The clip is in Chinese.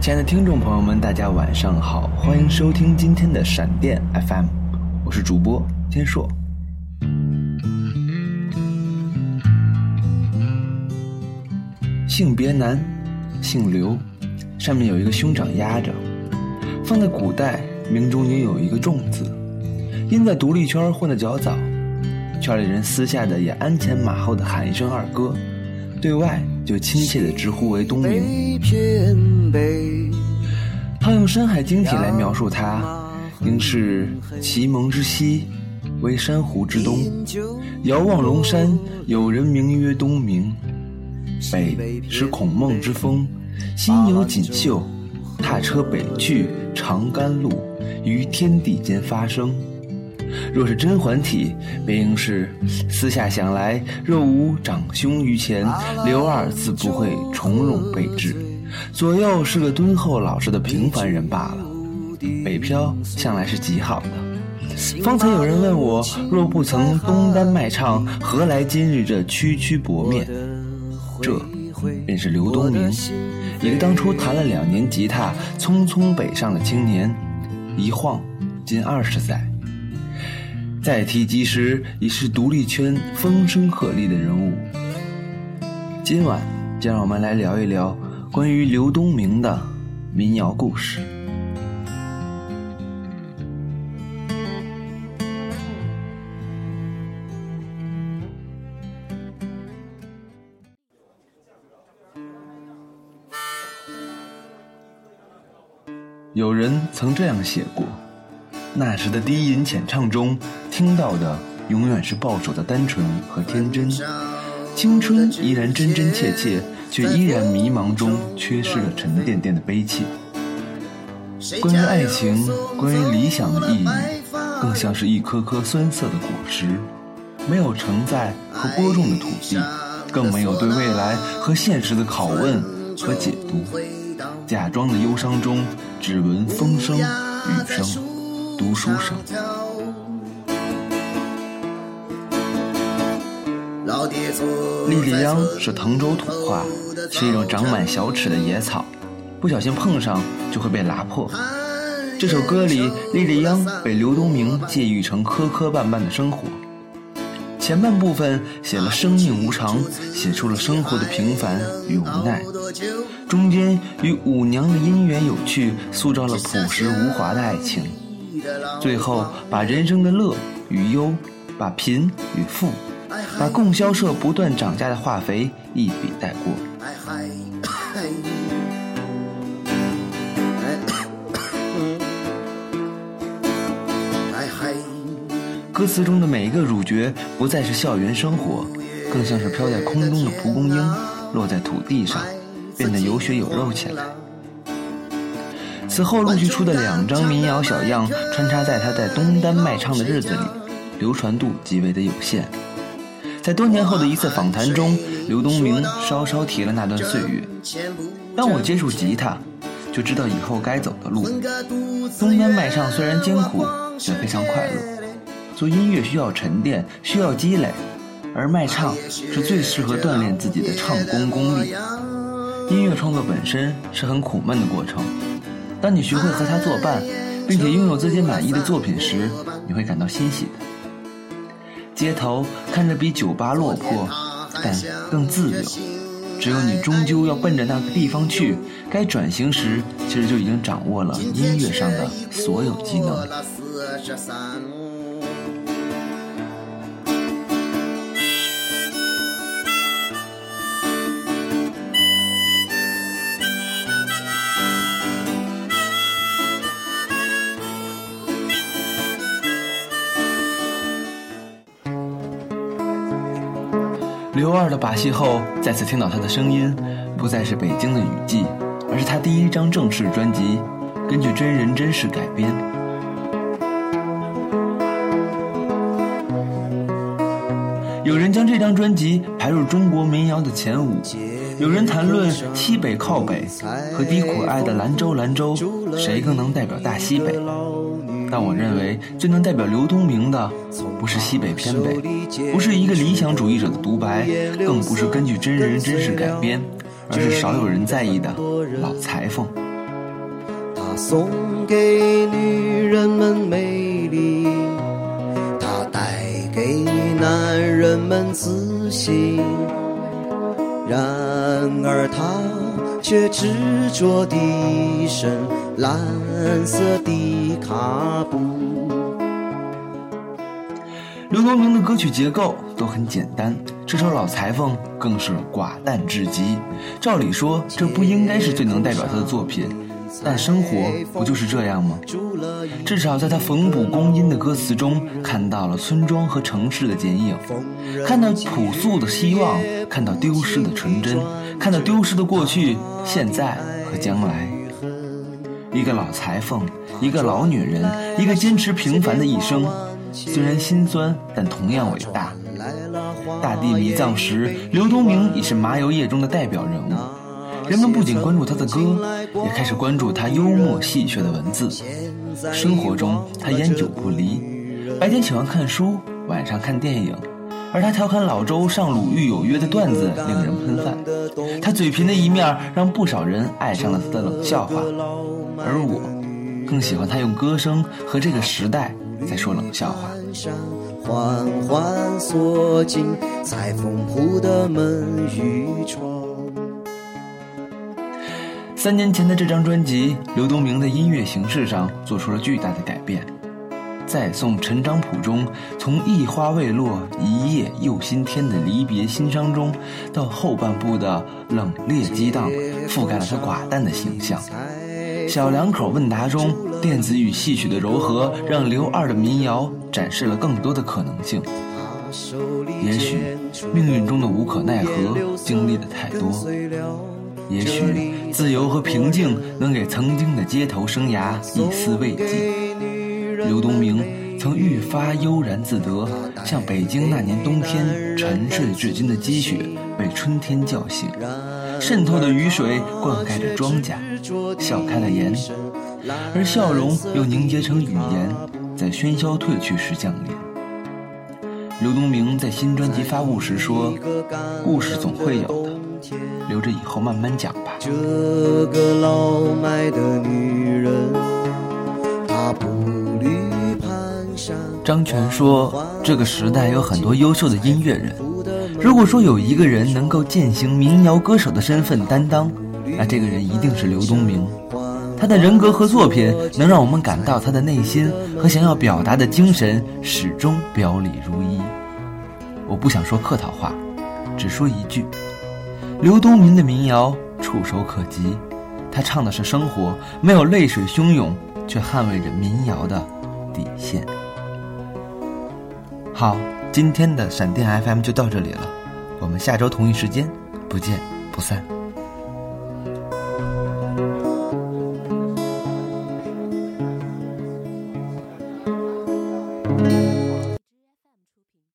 亲爱的听众朋友们，大家晚上好，欢迎收听今天的闪电 FM， 我是主播天硕。性别男，姓刘，上面有一个兄长压着，放在古代名中也有一个仲字，因在独立圈混得较早，圈里人私下的也鞍前马后的喊一声二哥，对外就亲切地直呼为东明。套用《山海经》体来描述他，应是齐蒙之西，为珊瑚之东，遥望龙山，有人名曰东明。北是孔孟之风，心有锦绣，踏车北去，长甘露，于天地间发生。若是甄嬛体，便应是私下想来，若无长兄于前，刘二自不会从容备至，左右是个敦厚老实的平凡人罢了。北漂向来是极好的。方才有人问我，若不曾东单卖唱，何来今日这区区薄面？这便是刘东明，一个当初弹了2年吉他，匆匆北上的青年，一晃近20载。再提及时，已是独立圈风声鹤唳的人物。今晚就让我们来聊一聊关于刘东明的民谣故事。有人曾这样写过，那时的低吟浅唱中听到的永远是抱守的单纯和天真，青春依然真真切切，却依然迷茫中缺失了沉甸甸的悲戚。关于爱情，关于理想的意义，更像是一颗颗酸涩的果实，没有承载和播种的土地，更没有对未来和现实的拷问和解读。假装的忧伤中，只闻风声、雨声、读书声。莉莉秧是滕州土话，是一种长满小齿的野草，不小心碰上就会被拉破。这首歌里，莉莉秧被刘东明借喻成磕磕绊绊的生活。前半部分写了生命无常，写出了生活的平凡与无奈，中间与舞娘的姻缘有趣，塑造了朴实无华的爱情，最后把人生的乐与忧，把贫与富，把供销社不断涨价的化肥一笔带过。歌词中的每一个主角不再是校园生活，更像是飘在空中的蒲公英，落在土地上，变得有血有肉起来。此后陆续出的2张民谣小样，穿插在他在东单卖唱的日子里，流传度极为的有限。在多年后的一次访谈中，刘东明稍稍提了那段岁月。当我接触吉他，就知道以后该走的路。东单卖唱虽然艰苦，却非常快乐。做音乐需要沉淀，需要积累，而卖唱是最适合锻炼自己的唱功功力。音乐创作本身是很苦闷的过程，当你学会和它作伴，并且拥有自己满意的作品时，你会感到欣喜的。街头看着比酒吧落魄，但更自由，只有你终究要奔着那个地方去，该转型时其实就已经掌握了音乐上的所有技能。刘二的把戏后，再次听到他的声音，不再是北京的雨季，而是他第1张正式专辑，根据真人真事改编。有人将这张专辑排入中国民谣的前5，有人谈论西北靠北和低苦爱的兰州，谁更能代表大西北？但我认为最能代表刘东明的，不是西北偏北，不是一个理想主义者的独白，更不是根据真人真事改编，而是少有人在意的老裁缝。 送给女人们美丽，它带给男人们自信，然而他却执着地一身蓝色的卡布。 刘东明的歌曲结构都很简单，这首《老裁缝》更是寡淡至极。照理说，这不应该是最能代表他的作品，但生活不就是这样吗？至少在他缝补工音的歌词中，看到了村庄和城市的剪影，看到朴素的希望，看到丢失的纯真，看到丢失的过去、现在和将来。一个老裁缝，一个老女人，一个坚持平凡的一生，虽然心酸，但同样伟大。大地迷葬时，刘东明已是麻油叶中的代表人物。人们不仅关注他的歌，也开始关注他幽默戏谑的文字。生活中，他烟酒不离，白天喜欢看书，晚上看电影，而他调侃老周上鲁豫有约的段子令人喷饭。他嘴贫的一面让不少人爱上了他的冷笑话，而我更喜欢他用歌声和这个时代在说冷笑话。 缓缓锁紧裁缝铺的门与窗。 3年前的这张专辑，刘东明在音乐形式上做出了巨大的改变。在送陈章甫中，从一花未落一夜又新天的离别心伤中，到后半部的冷冽激荡，覆盖了他寡淡的形象。小两口问答中，电子与戏曲的柔和让刘二的民谣展示了更多的可能性。也许命运中的无可奈何经历的太多，也许自由和平静能给曾经的街头生涯一丝慰藉。刘东明曾愈发悠然自得，像北京那年冬天沉睡至今的积雪被春天叫醒，渗透的雨水灌溉着庄稼，笑开了颜，而笑容又凝结成语言，在喧嚣褪去时降临。刘东明在新专辑发布时说，故事总会有的，留着以后慢慢讲吧。 这个老迈的女人，她步履蹒跚。 张全说，这个时代有很多优秀的音乐人，如果说有一个人能够践行民谣歌手的身份担当，那这个人一定是刘东明。他的人格和作品能让我们感到他的内心和想要表达的精神始终表里如一。我不想说客套话，只说一句，刘东明的民谣触手可及，他唱的是生活，没有泪水汹涌，却捍卫着民谣的底线。好，今天的闪电 FM 就到这里了，我们下周同一时间不见不散。